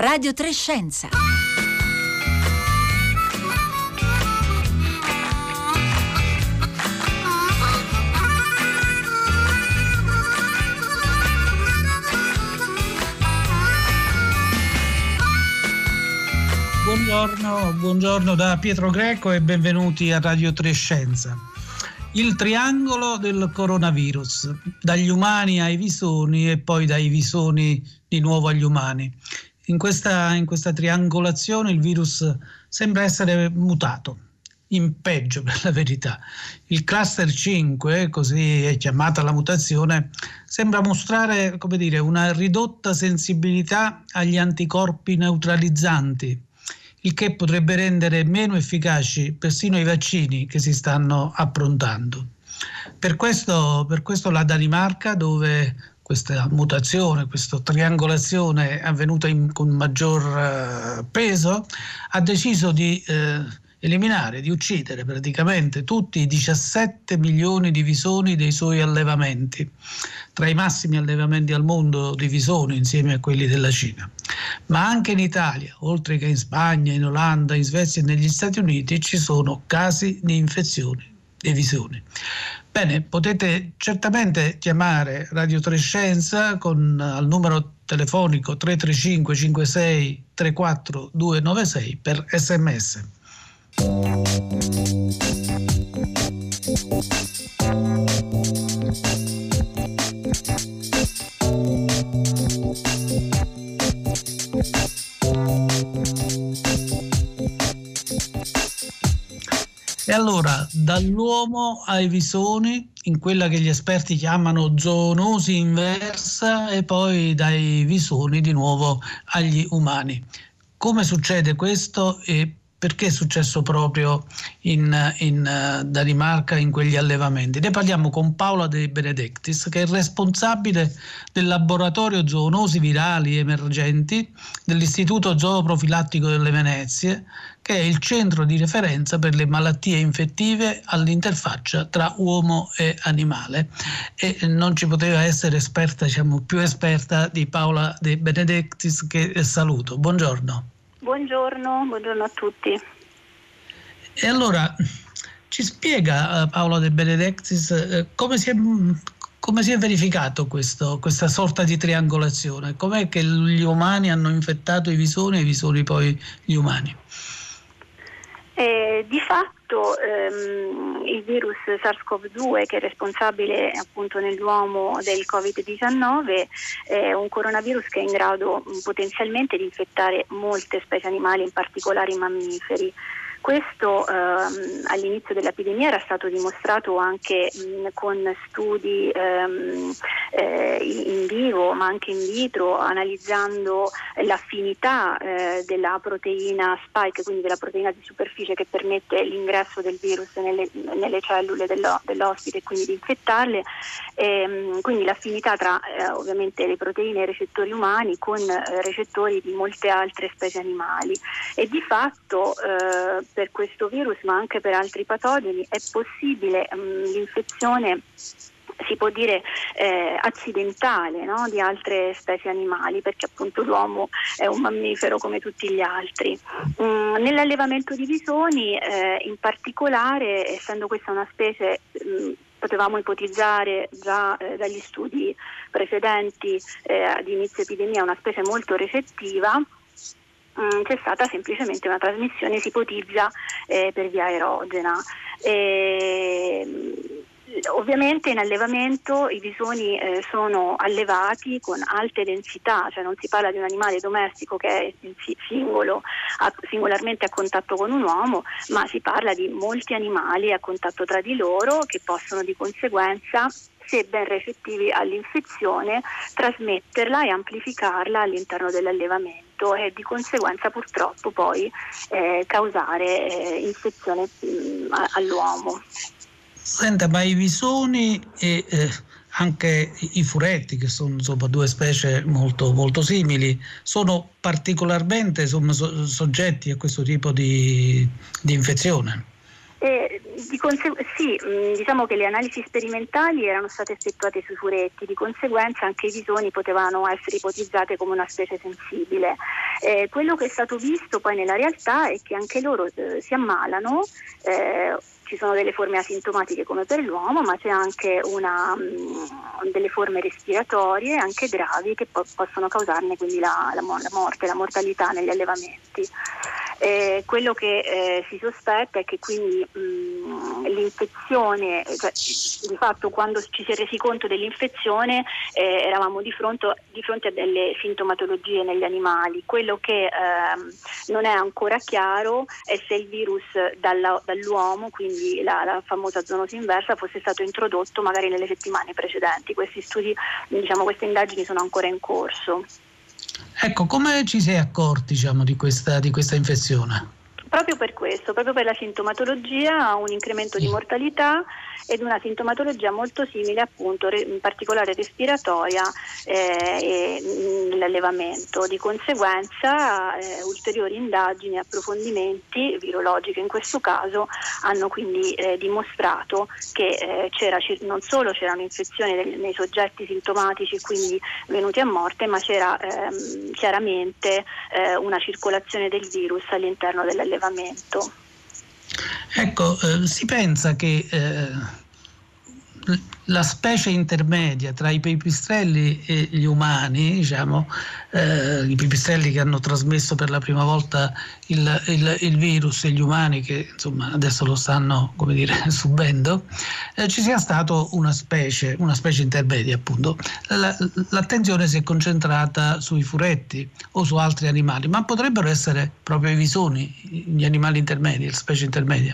Radio 3 Scienza. Buongiorno da Pietro Greco e benvenuti a Radio 3 Scienza. Il triangolo del coronavirus, dagli umani ai visoni e poi dai visoni di nuovo agli umani. In questa triangolazione il virus sembra essere mutato, in peggio per la verità. Il cluster 5, così è chiamata la mutazione, sembra mostrare, una ridotta sensibilità agli anticorpi neutralizzanti, il che potrebbe rendere meno efficaci persino i vaccini che si stanno approntando. Per questo la Danimarca, dove questa mutazione, questa triangolazione è avvenuta con maggior peso, ha deciso di eliminare, di uccidere praticamente tutti i 17 milioni di visoni dei suoi allevamenti, tra i massimi allevamenti al mondo di visoni insieme a quelli della Cina. Ma anche in Italia, oltre che in Spagna, in Olanda, in Svezia e negli Stati Uniti, ci sono casi di infezione dei visoni. Bene, potete certamente chiamare Radio 3 Scienza al numero telefonico 335 56 34 296 per SMS. E allora, dall'uomo ai visoni, in quella che gli esperti chiamano zoonosi inversa, e poi dai visoni di nuovo agli umani. Come succede questo e perché è successo proprio in Danimarca, in quegli allevamenti? Ne parliamo con Paola De Benedictis, che è responsabile del laboratorio zoonosi virali emergenti dell'Istituto Zooprofilattico delle Venezie, che è il centro di referenza per le malattie infettive all'interfaccia tra uomo e animale. E non ci poteva essere più esperta di Paola De Benedictis, che saluto. Buongiorno. Buongiorno a tutti. E allora ci spiega Paola De Benedictis come si è verificato questa sorta di triangolazione? Com'è che gli umani hanno infettato i visoni e i visoni poi gli umani? Di fatto il virus SARS-CoV-2, che è responsabile appunto nell'uomo del Covid-19, è un coronavirus che è in grado potenzialmente di infettare molte specie animali, in particolare i mammiferi. Questo all'inizio dell'epidemia era stato dimostrato anche con studi in vivo ma anche in vitro, analizzando l'affinità della proteina spike, quindi della proteina di superficie che permette l'ingresso del virus nelle cellule dell'ospite e quindi di infettarle, quindi l'affinità tra ovviamente le proteine e i recettori umani con recettori di molte altre specie animali. E di fatto per questo virus, ma anche per altri patogeni, è possibile l'infezione, si può dire accidentale, no? Di altre specie animali, perché appunto l'uomo è un mammifero come tutti gli altri. Nell'allevamento di visoni in particolare, essendo questa una specie, potevamo ipotizzare già dagli studi precedenti di inizio epidemia, una specie molto recettiva, c'è stata semplicemente una trasmissione, si ipotizza, per via aerogena. Ovviamente in allevamento i visoni sono allevati con alte densità, cioè non si parla di un animale domestico che è singolarmente a contatto con un uomo, ma si parla di molti animali a contatto tra di loro, che possono di conseguenza, se ben recettivi all'infezione, trasmetterla e amplificarla all'interno dell'allevamento e di conseguenza purtroppo poi causare infezione all'uomo. Senta, ma i visoni e anche i furetti, che sono due specie molto, molto simili, sono particolarmente soggetti a questo tipo di infezione? Sì, diciamo che le analisi sperimentali erano state effettuate sui furetti, di conseguenza anche i visoni potevano essere ipotizzate come una specie sensibile. Quello che è stato visto poi nella realtà è che anche loro si ammalano, ci sono delle forme asintomatiche come per l'uomo, ma c'è anche delle forme respiratorie anche gravi che possono causarne quindi la morte, la mortalità negli allevamenti. Quello che si sospetta è che quindi l'infezione, cioè, di fatto quando ci si è resi conto dell'infezione eravamo di fronte a delle sintomatologie negli animali. Quello che non è ancora chiaro è se il virus dall'uomo, quindi la famosa zoonosi inversa, fosse stato introdotto magari nelle settimane precedenti. Questi studi, queste indagini sono ancora in corso. Ecco, come ci si è accorti di questa infezione? Proprio per questo, proprio per la sintomatologia, un incremento di mortalità ed una sintomatologia molto simile, appunto, in particolare respiratoria nell'allevamento. Di conseguenza ulteriori indagini e approfondimenti virologici in questo caso hanno quindi dimostrato che non solo c'era un'infezione nei soggetti sintomatici, quindi venuti a morte, ma c'era chiaramente una circolazione del virus all'interno dell'allevamento. Ecco, si pensa che la specie intermedia tra i pipistrelli e gli umani, i pipistrelli che hanno trasmesso per la prima volta il virus e gli umani che insomma adesso lo stanno subendo, ci sia stato una specie intermedia, appunto. L'attenzione si è concentrata sui furetti o su altri animali, ma potrebbero essere proprio i visoni gli animali intermedi, la specie intermedia.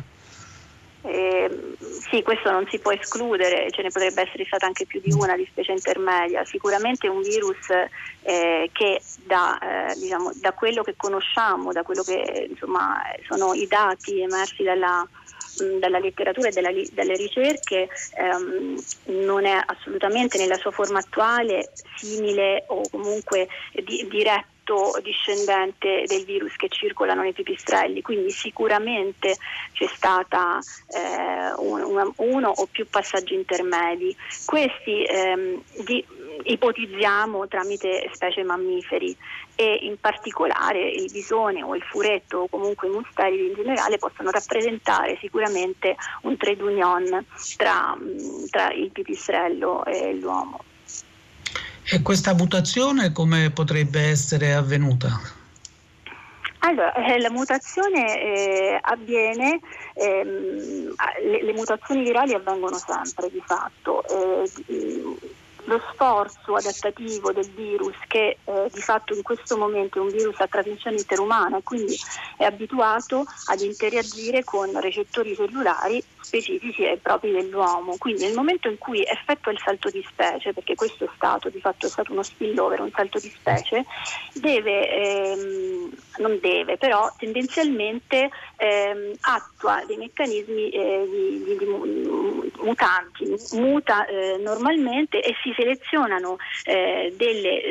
Sì, questo non si può escludere, ce ne potrebbe essere stata anche più di una di specie intermedia. Sicuramente un virus che da quello che conosciamo, da quello che sono i dati emersi dalla letteratura e dalle ricerche, non è assolutamente nella sua forma attuale simile o comunque diretto discendente del virus che circolano nei pipistrelli, quindi sicuramente c'è stata uno o più passaggi intermedi. Questi ipotizziamo tramite specie mammiferi, e in particolare il visone o il furetto o comunque i mustelidi in generale possono rappresentare sicuramente un trade union tra il pipistrello e l'uomo. E questa mutazione come potrebbe essere avvenuta? Allora, la mutazione avviene, le mutazioni virali avvengono sempre di fatto. Lo sforzo adattativo del virus, che di fatto in questo momento è un virus a trasmissione interumana e quindi è abituato ad interagire con recettori cellulari specifici e propri dell'uomo. Quindi nel momento in cui effettua il salto di specie, perché questo è stato uno spillover, un salto di specie, però tendenzialmente attua dei meccanismi mutanti, muta normalmente e si selezionano delle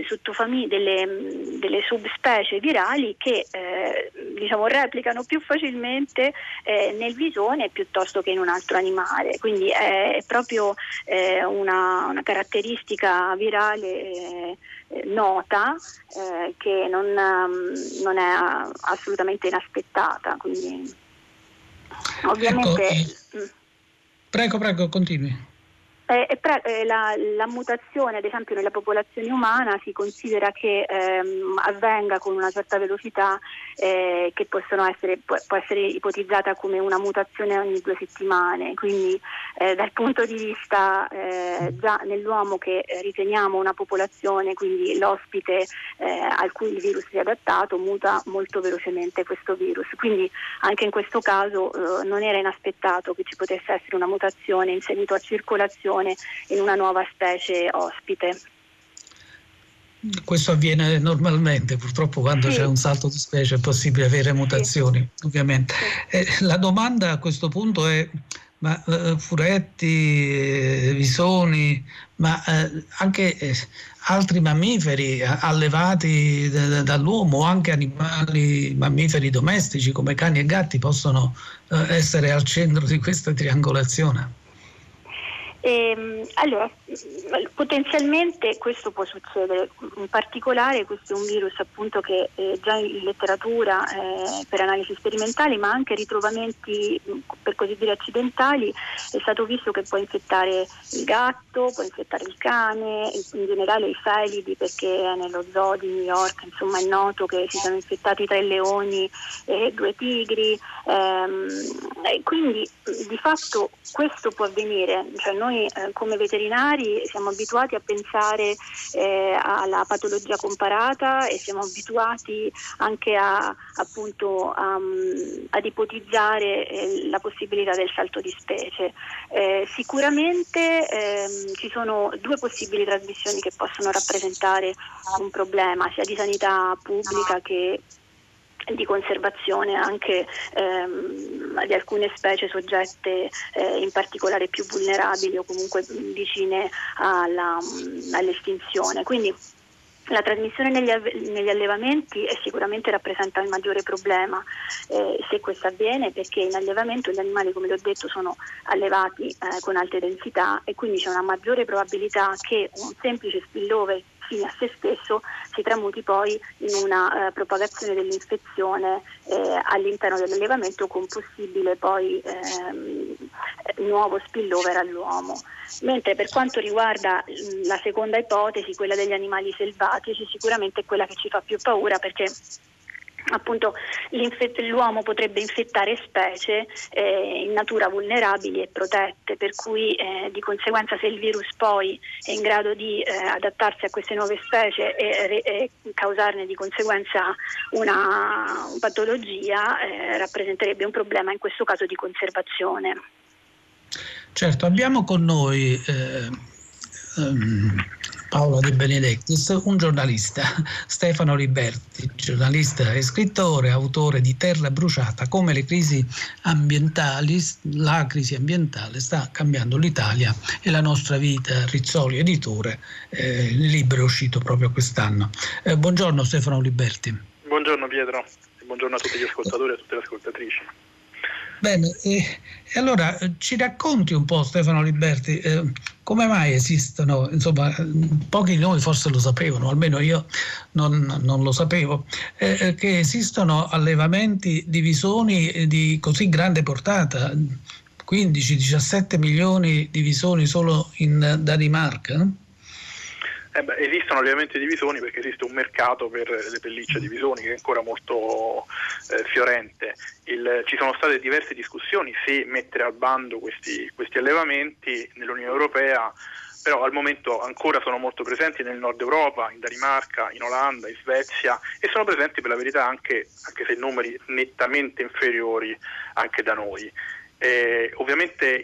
subspecie virali che replicano più facilmente nel visone piuttosto che in un altro animale. Quindi è proprio una caratteristica virale nota che non è assolutamente inaspettata. Quindi ovviamente. Ecco, prego, continui. La mutazione, ad esempio nella popolazione umana, si considera che avvenga con una certa velocità, che può essere ipotizzata come una mutazione ogni 2 settimane. Quindi dal punto di vista già nell'uomo, che riteniamo una popolazione, quindi l'ospite al cui il virus si è adattato, muta molto velocemente questo virus. Quindi anche in questo caso non era inaspettato che ci potesse essere una mutazione in seguito a circolazione in una nuova specie ospite. Questo avviene normalmente, purtroppo quando c'è un salto di specie è possibile avere mutazioni, ovviamente. La domanda a questo punto è: ma furetti, visoni, ma anche altri mammiferi allevati dall'uomo, o anche animali mammiferi domestici come cani e gatti possono essere al centro di questa triangolazione? Allora, potenzialmente questo può succedere, in particolare questo è un virus appunto che già in letteratura per analisi sperimentali, ma anche ritrovamenti per così dire accidentali, è stato visto che può infettare il gatto, può infettare il cane, in generale i felidi, perché nello zoo di New York insomma è noto che si sono infettati 3 leoni e 2 tigri, quindi di fatto questo può avvenire, cioè noi come veterinari siamo abituati a pensare alla patologia comparata e siamo abituati anche ad ipotizzare la possibilità del salto di specie. Sicuramente ci sono 2 possibili trasmissioni che possono rappresentare un problema sia di sanità pubblica che di conservazione anche di alcune specie soggette in particolare più vulnerabili o comunque vicine all'estinzione. Quindi la trasmissione negli allevamenti sicuramente rappresenta il maggiore problema se questo avviene, perché in allevamento gli animali, come l'ho detto, sono allevati con alte densità e quindi c'è una maggiore probabilità che un semplice spillover fine a se stesso si tramuti poi in una propagazione dell'infezione all'interno dell'allevamento con possibile poi nuovo spillover all'uomo. Mentre per quanto riguarda la seconda ipotesi, quella degli animali selvatici, sicuramente è quella che ci fa più paura, perché appunto l'uomo potrebbe infettare specie in natura vulnerabili e protette, per cui di conseguenza se il virus poi è in grado di adattarsi a queste nuove specie e causarne di conseguenza una patologia, rappresenterebbe un problema in questo caso di conservazione. Certo, abbiamo con noi Paolo De Benedictis, un giornalista, Stefano Liberti, giornalista e scrittore, autore di Terra bruciata, come la crisi ambientale sta cambiando l'Italia e la nostra vita. Rizzoli editore, il libro è uscito proprio quest'anno. Buongiorno Stefano Liberti. Buongiorno Pietro, e buongiorno a tutti gli ascoltatori e a tutte le ascoltatrici. Bene, e allora ci racconti un po', Stefano Liberti, come mai esistono, insomma, pochi di noi forse lo sapevano, almeno io non lo sapevo, che esistono allevamenti di visoni di così grande portata, 15-17 milioni di visoni solo in Danimarca? Esistono allevamenti di visoni perché esiste un mercato per le pellicce di visoni che è ancora molto fiorente. Ci sono state diverse discussioni se mettere al bando questi allevamenti nell'Unione Europea, però al momento ancora sono molto presenti nel nord Europa, in Danimarca, in Olanda, in Svezia, e sono presenti per la verità anche se numeri nettamente inferiori anche da noi. Ovviamente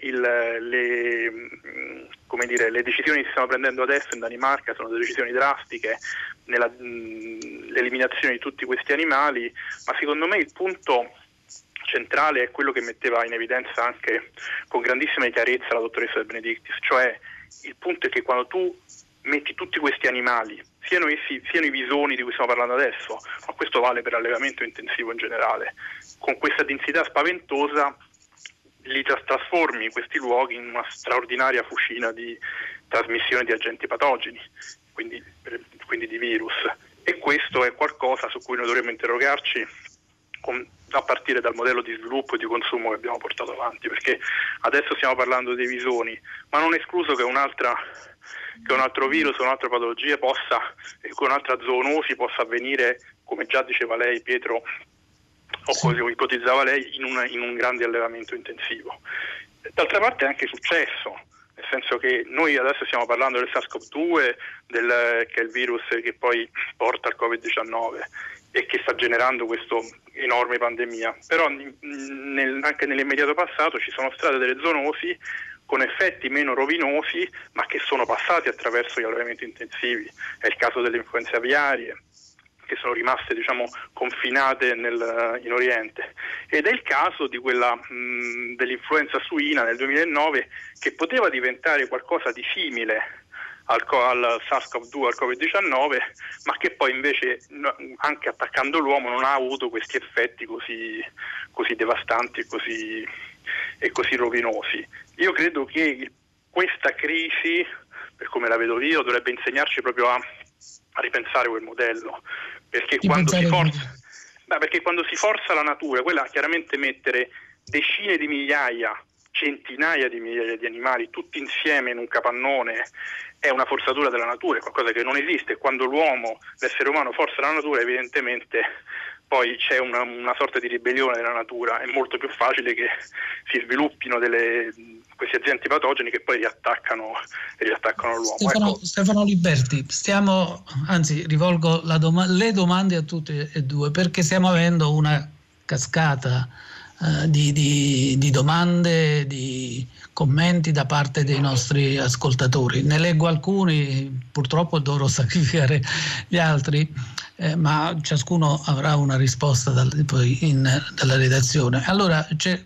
le decisioni che si stanno prendendo adesso in Danimarca sono decisioni drastiche nell'eliminazione di tutti questi animali, ma secondo me il punto centrale è quello che metteva in evidenza anche con grandissima chiarezza la dottoressa De Benedictis, cioè il punto è che quando tu metti tutti questi animali, siano i visoni di cui stiamo parlando adesso, ma questo vale per l'allevamento intensivo in generale, con questa densità spaventosa li trasformi questi luoghi in una straordinaria fucina di trasmissione di agenti patogeni, quindi di virus, e questo è qualcosa su cui noi dovremmo interrogarci a partire dal modello di sviluppo e di consumo che abbiamo portato avanti, perché adesso stiamo parlando dei visoni, ma non è escluso che un altro virus o un'altra patologia con un'altra zoonosi possa avvenire, come già diceva lei Pietro, o come ipotizzava lei, in un grande allevamento intensivo. D'altra parte è anche successo, nel senso che noi adesso stiamo parlando del SARS-CoV-2, che è il virus che poi porta al Covid-19 e che sta generando questa enorme pandemia, però anche nell'immediato passato ci sono state delle zoonosi con effetti meno rovinosi, ma che sono passati attraverso gli allevamenti intensivi. È il caso delle influenze aviarie, che sono rimaste confinate in Oriente, ed è il caso di quella dell'influenza suina nel 2009, che poteva diventare qualcosa di simile al SARS-CoV-2, al Covid-19, ma che poi invece anche attaccando l'uomo non ha avuto questi effetti così devastanti e così rovinosi. Io credo che questa crisi, per come la vedo io, dovrebbe insegnarci proprio a ripensare quel modello, perché quando si forza la natura, quella chiaramente mettere decine di migliaia, centinaia di migliaia di animali tutti insieme in un capannone è una forzatura della natura, è qualcosa che non esiste. Quando l'essere umano forza la natura, evidentemente poi c'è una sorta di ribellione della natura, è molto più facile che si sviluppino questi agenti patogeni che poi riattaccano l'uomo. Stefano Liberti, rivolgo le domande a tutte e due, perché stiamo avendo una cascata di domande, di commenti da parte dei nostri ascoltatori. Ne leggo alcuni, purtroppo dovrò sacrificare gli altri, ma ciascuno avrà una risposta dalla redazione. Allora c'è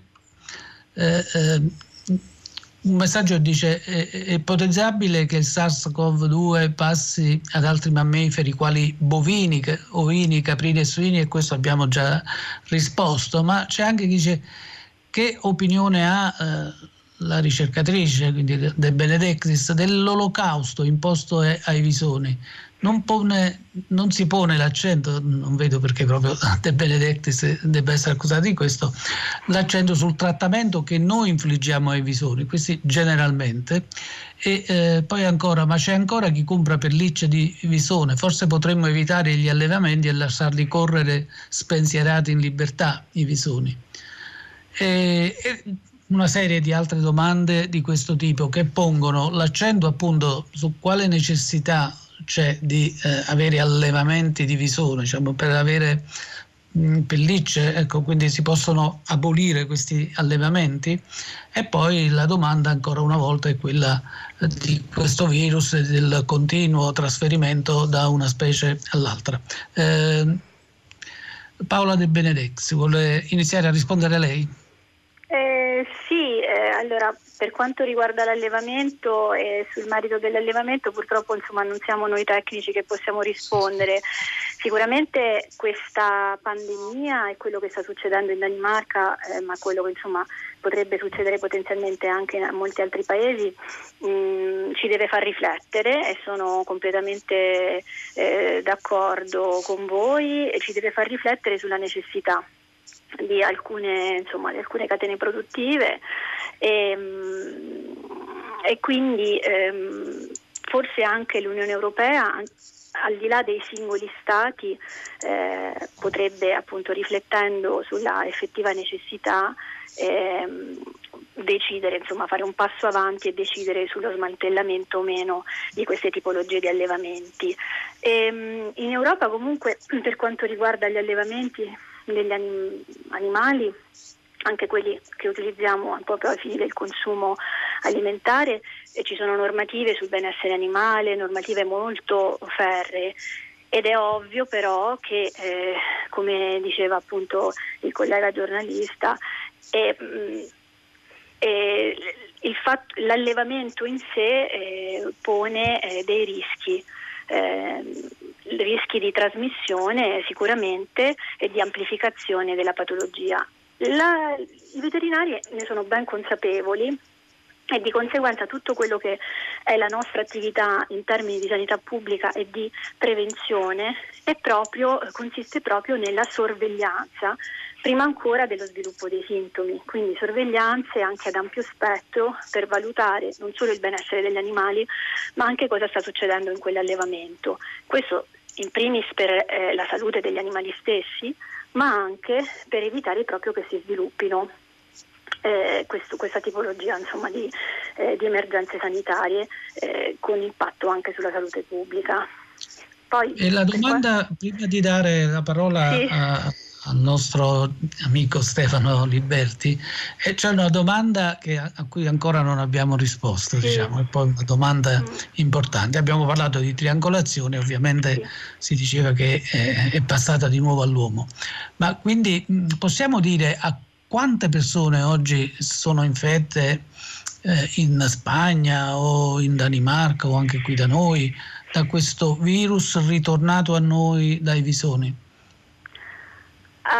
un messaggio che dice: è ipotizzabile che il SARS-CoV-2 passi ad altri mammiferi quali bovini, ovini, caprini e suini, e questo abbiamo già risposto, ma c'è anche chi dice: che opinione ha la ricercatrice, quindi De Benedictis, dell'olocausto imposto ai visoni? Non si pone l'accento, non vedo perché proprio De Benedictis debba essere accusato di questo, l'accento sul trattamento che noi infliggiamo ai visoni, questi generalmente. E poi ancora, ma c'è ancora chi compra pellicce di visone? Forse potremmo evitare gli allevamenti e lasciarli correre spensierati in libertà, i visoni. E una serie di altre domande di questo tipo che pongono l'accento appunto su quale necessità c'è di avere allevamenti di visone, diciamo, per avere pellicce, ecco, quindi si possono abolire questi allevamenti. E poi la domanda ancora una volta è quella di questo virus e del continuo trasferimento da una specie all'altra. Paola De Benedictis, vuole iniziare a rispondere lei? Sì, allora per quanto riguarda l'allevamento e sul merito dell'allevamento, purtroppo non siamo noi tecnici che possiamo rispondere. Sicuramente questa pandemia e quello che sta succedendo in Danimarca, ma quello che potrebbe succedere potenzialmente anche in molti altri paesi, ci deve far riflettere, e sono completamente d'accordo con voi, e ci deve far riflettere sulla necessità di alcune catene produttive e quindi forse anche l'Unione Europea, al di là dei singoli stati, potrebbe, appunto, riflettendo sulla effettiva necessità, decidere, fare un passo avanti e decidere sullo smantellamento o meno di queste tipologie di allevamenti. In Europa comunque, per quanto riguarda gli allevamenti degli animali, anche quelli che utilizziamo proprio ai fini del consumo alimentare, ci sono normative sul benessere animale, normative molto ferree, ed è ovvio però che, come diceva appunto il collega giornalista, l'allevamento in sé pone dei rischi di trasmissione sicuramente e di amplificazione della patologia. I veterinari ne sono ben consapevoli, e di conseguenza tutto quello che è la nostra attività in termini di sanità pubblica e di prevenzione consiste proprio nella sorveglianza, prima ancora dello sviluppo dei sintomi, quindi sorveglianze anche ad ampio spettro per valutare non solo il benessere degli animali, ma anche cosa sta succedendo in quell'allevamento. Questo in primis per la salute degli animali stessi, ma anche per evitare proprio che si sviluppino questa tipologia di emergenze sanitarie con impatto anche sulla salute pubblica. Poi, e la domanda, prima di dare la parola al nostro amico Stefano Liberti, c'è una domanda a cui ancora non abbiamo risposto, diciamo, e poi una domanda importante. Abbiamo parlato di triangolazione, ovviamente si diceva che è passata di nuovo all'uomo, ma quindi possiamo dire a quante persone oggi sono infette in Spagna o in Danimarca o anche qui da noi da questo virus ritornato a noi dai visoni?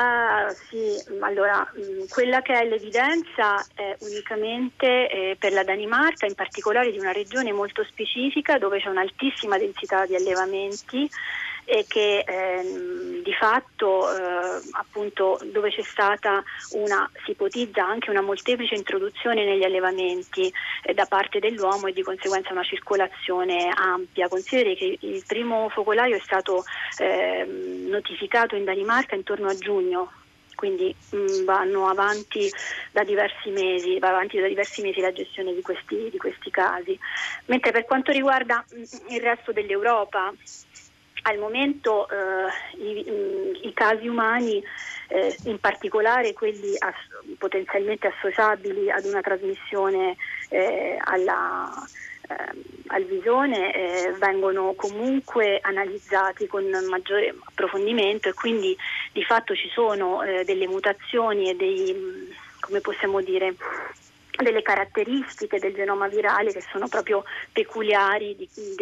Sì, allora quella che è l'evidenza è unicamente per la Danimarca, in particolare di una regione molto specifica dove c'è un'altissima densità di allevamenti e che di fatto appunto dove c'è stata si ipotizza anche una molteplice introduzione negli allevamenti da parte dell'uomo e di conseguenza una circolazione ampia. Consideri che il primo focolaio è stato notificato in Danimarca intorno a giugno, quindi vanno avanti da diversi mesi la gestione di questi casi. Mentre per quanto riguarda il resto dell'Europa, al momento i casi umani, in particolare quelli potenzialmente associabili ad una trasmissione al visone, vengono comunque analizzati con maggiore approfondimento, e quindi di fatto ci sono delle mutazioni e delle caratteristiche del genoma virale che sono proprio peculiari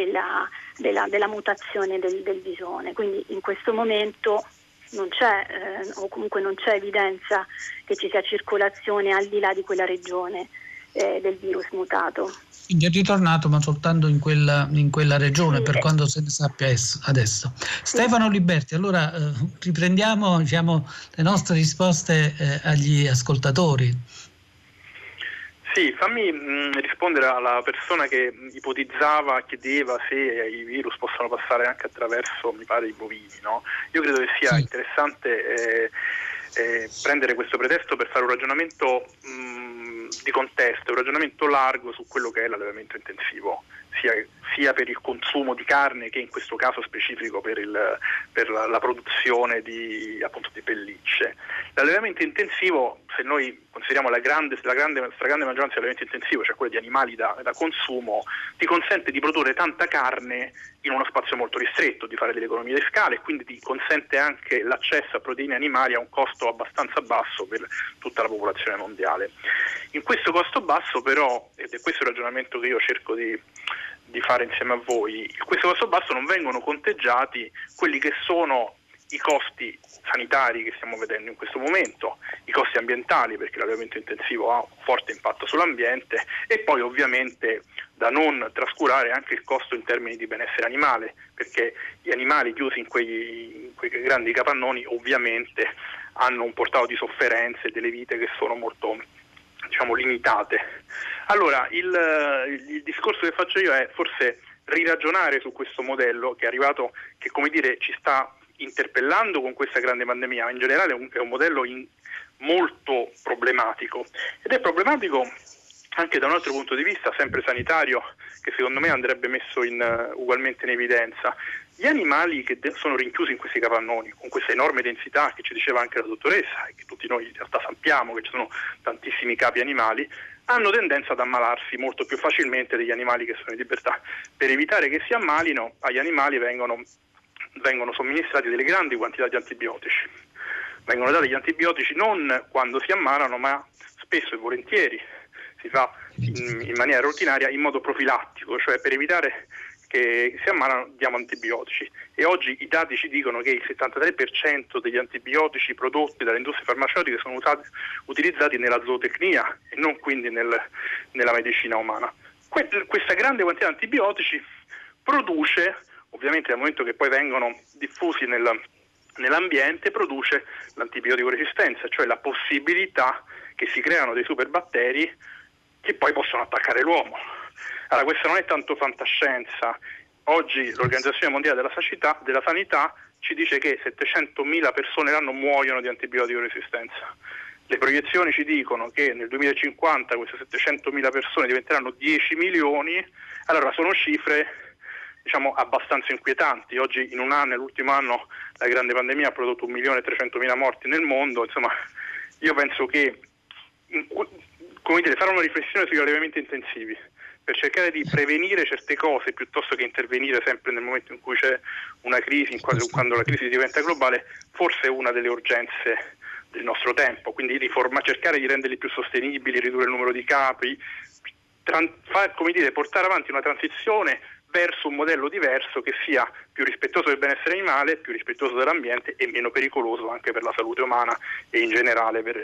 della mutazione del visone. Quindi in questo momento non c'è o comunque non c'è evidenza che ci sia circolazione al di là di quella regione del virus mutato. Quindi è ritornato, ma soltanto in quella regione, sì, per quanto se ne sappia adesso. Stefano Liberti, allora riprendiamo le nostre risposte agli ascoltatori. Sì, fammi rispondere alla persona che chiedeva se i virus possono passare anche attraverso, mi pare, i bovini, no? Io credo che sia interessante prendere questo pretesto per fare un ragionamento di contesto, un ragionamento largo su quello che è l'allevamento intensivo, sia per il consumo di carne che in questo caso specifico per la produzione di pellicce. L'allevamento intensivo, se noi consideriamo la stragrande maggioranza dell'allevamento intensivo, cioè quello di animali da consumo, ti consente di produrre tanta carne in uno spazio molto ristretto, di fare delle economie di scala, e quindi ti consente anche l'accesso a proteine animali a un costo abbastanza basso per tutta la popolazione mondiale. In questo costo basso però, ed è questo il ragionamento che io cerco di fare insieme a voi, in questo costo basso non vengono conteggiati quelli che sono i costi sanitari che stiamo vedendo in questo momento, i costi ambientali, perché l'allevamento intensivo ha un forte impatto sull'ambiente, e poi ovviamente da non trascurare anche il costo in termini di benessere animale, perché gli animali chiusi in quei grandi capannoni ovviamente hanno un portato di sofferenze e delle vite che sono molto, limitate. Allora il discorso che faccio io è forse riragionare su questo modello che è arrivato, che ci sta interpellando con questa grande pandemia, ma in generale è un modello molto problematico, ed è problematico anche da un altro punto di vista, sempre sanitario, che secondo me andrebbe messo ugualmente in evidenza. Gli animali che sono rinchiusi in questi capannoni, con questa enorme densità che ci diceva anche la dottoressa, e che tutti noi in realtà sappiamo che ci sono tantissimi capi animali, hanno tendenza ad ammalarsi molto più facilmente degli animali che sono in libertà. Per evitare che si ammalino, agli animali vengono somministrati delle grandi quantità di antibiotici. Vengono dati gli antibiotici non quando si ammalano, ma spesso e volentieri si fa in maniera rutinaria, in modo profilattico, cioè per evitare che si ammalano diamo antibiotici. E oggi i dati ci dicono che il 73% degli antibiotici prodotti dalle industrie farmaceutiche sono utilizzati nella zootecnia e non quindi nella medicina umana. Questa grande quantità di antibiotici produce, ovviamente nel momento che poi vengono diffusi nell'ambiente, produce l'antibiotico resistenza, cioè la possibilità che si creano dei superbatteri che poi possono attaccare l'uomo. Allora, questa non è tanto fantascienza. Oggi l'Organizzazione Mondiale della Sanità ci dice che 700.000 persone l'anno muoiono di antibiotico resistenza. Le proiezioni ci dicono che nel 2050 queste 700.000 persone diventeranno 10 milioni. Allora sono cifre abbastanza inquietanti. Oggi in un anno, nell'ultimo anno, la grande pandemia ha prodotto 1.300.000 morti nel mondo. Insomma, io penso che fare una riflessione sugli allevamenti intensivi per cercare di prevenire certe cose piuttosto che intervenire sempre nel momento in cui c'è una crisi, quando la crisi diventa globale, forse è una delle urgenze del nostro tempo. Quindi cercare di renderli più sostenibili, ridurre il numero di capi, portare avanti una transizione verso un modello diverso che sia più rispettoso del benessere animale, più rispettoso dell'ambiente e meno pericoloso anche per la salute umana e in generale per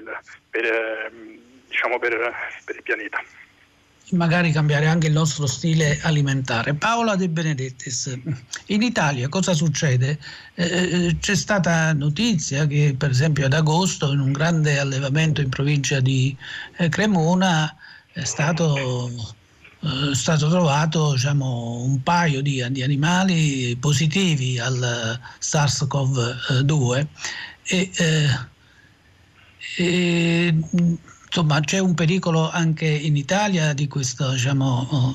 il pianeta. Magari cambiare anche il nostro stile alimentare. Paola De Benedettis, in Italia cosa succede? C'è stata notizia che per esempio ad agosto in un grande allevamento in provincia di Cremona è stato trovato, diciamo, un paio di animali positivi al SARS-CoV-2 e insomma c'è un pericolo anche in Italia di questa, diciamo,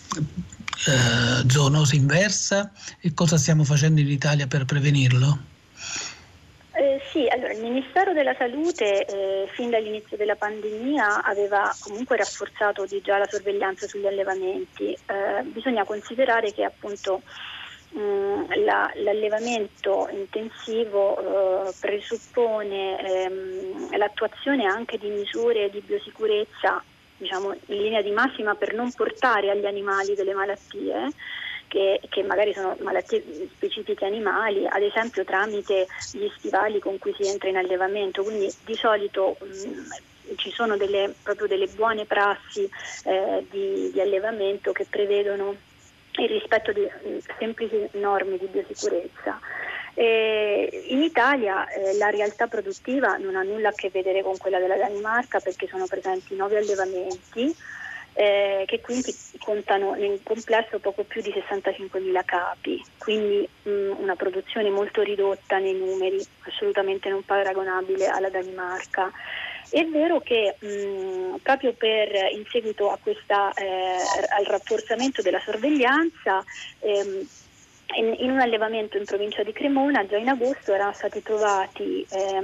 zoonosi inversa, e cosa stiamo facendo in Italia per prevenirlo? Sì, allora il Ministero della Salute fin dall'inizio della pandemia aveva comunque rafforzato di già la sorveglianza sugli allevamenti. Bisogna considerare che appunto l'allevamento intensivo presuppone l'attuazione anche di misure di biosicurezza, diciamo in linea di massima, per non portare agli animali delle malattie che magari sono malattie specifiche animali, ad esempio tramite gli stivali con cui si entra in allevamento. Quindi di solito ci sono proprio delle buone prassi di allevamento che prevedono il rispetto di semplici norme di biosicurezza. In Italia la realtà produttiva non ha nulla a che vedere con quella della Danimarca, perché sono presenti 9 allevamenti che quindi contano nel complesso poco più di 65.000 capi, quindi una produzione molto ridotta nei numeri, assolutamente non paragonabile alla Danimarca. È vero che proprio in seguito a al rafforzamento della sorveglianza, in un allevamento in provincia di Cremona già in agosto erano stati trovati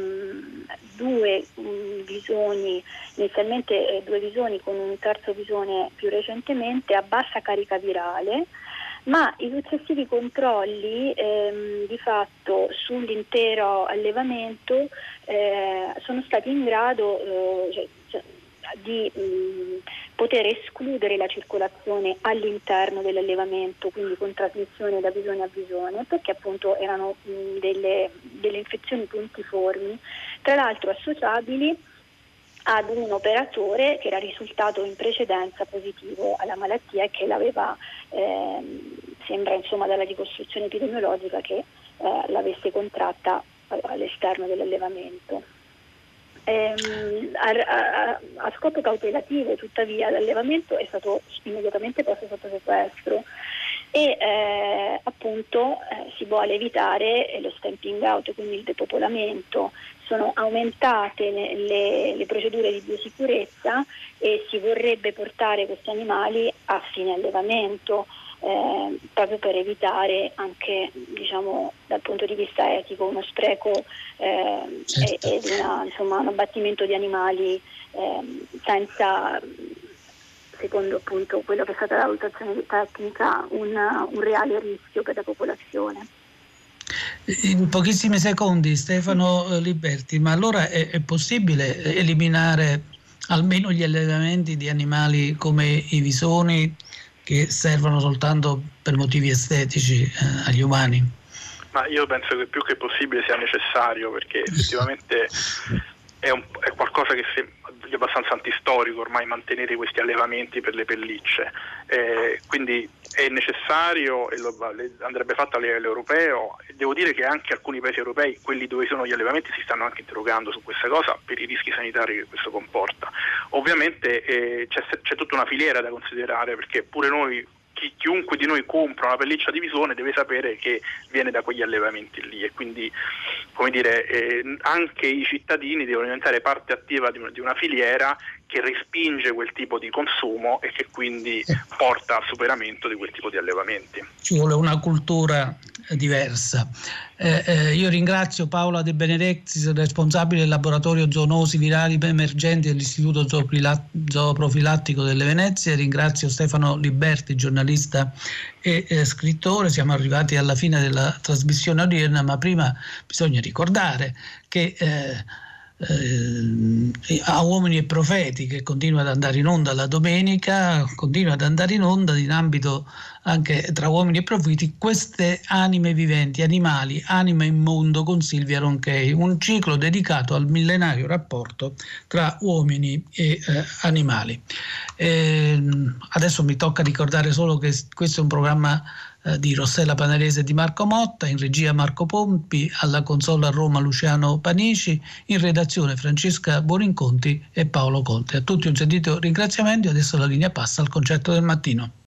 2 visoni, inizialmente 2 visoni con un terzo visone più recentemente, a bassa carica virale, ma i successivi controlli di fatto sull'intero allevamento sono stati in grado di poter escludere la circolazione all'interno dell'allevamento, quindi con trasmissione da visone a visone, perché appunto erano delle infezioni puntiformi, tra l'altro associabili ad un operatore che era risultato in precedenza positivo alla malattia e che l'aveva, sembra insomma dalla ricostruzione epidemiologica, che l'avesse contratta all'esterno dell'allevamento. A scopo cautelativo, tuttavia, l'allevamento è stato immediatamente posto sotto sequestro e appunto si vuole evitare lo stamping out, quindi il depopolamento. Sono aumentate le procedure di biosicurezza e si vorrebbe portare questi animali a fine allevamento, proprio per evitare anche, diciamo, dal punto di vista etico, uno spreco certo. Ed un abbattimento di animali senza, secondo appunto quello che è stata la valutazione tecnica, un reale rischio per la popolazione. In pochissimi secondi, Stefano Liberti, ma allora è possibile eliminare almeno gli allevamenti di animali come i visoni, che servono soltanto per motivi estetici agli umani? Ma io penso che più che possibile sia necessario, perché effettivamente è qualcosa che è abbastanza antistorico ormai mantenere questi allevamenti per le pellicce, quindi è necessario e andrebbe fatto a livello europeo. Devo dire che anche alcuni paesi europei, quelli dove sono gli allevamenti, si stanno anche interrogando su questa cosa per i rischi sanitari che questo comporta. Ovviamente c'è tutta una filiera da considerare, perché pure noi, chiunque di noi compra una pelliccia di visone deve sapere che viene da quegli allevamenti lì, e quindi, come dire, anche i cittadini devono diventare parte attiva di una filiera che respinge quel tipo di consumo e che quindi porta al superamento di quel tipo di allevamenti. Ci vuole una cultura diversa. Io ringrazio Paola De Benedettis, responsabile del laboratorio zoonosi virali emergenti dell'Istituto Zooprofilattico delle Venezie. Ringrazio Stefano Liberti, giornalista e scrittore. Siamo arrivati alla fine della trasmissione odierna, ma prima bisogna ricordare che a Uomini e Profeti, che continua ad andare in onda la domenica, continua ad andare in onda in ambito anche tra Uomini e Profeti, Queste anime viventi, animali, anima in mondo, con Silvia Ronchey, un ciclo dedicato al millenario rapporto tra uomini e animali. Adesso mi tocca ricordare solo che questo è un programma di Rossella Panarese e di Marco Motta, in regia Marco Pompi, alla console a Roma Luciano Panici, in redazione Francesca Buoninconti e Paolo Conte. A tutti un sentito ringraziamento e adesso la linea passa al Concerto del Mattino.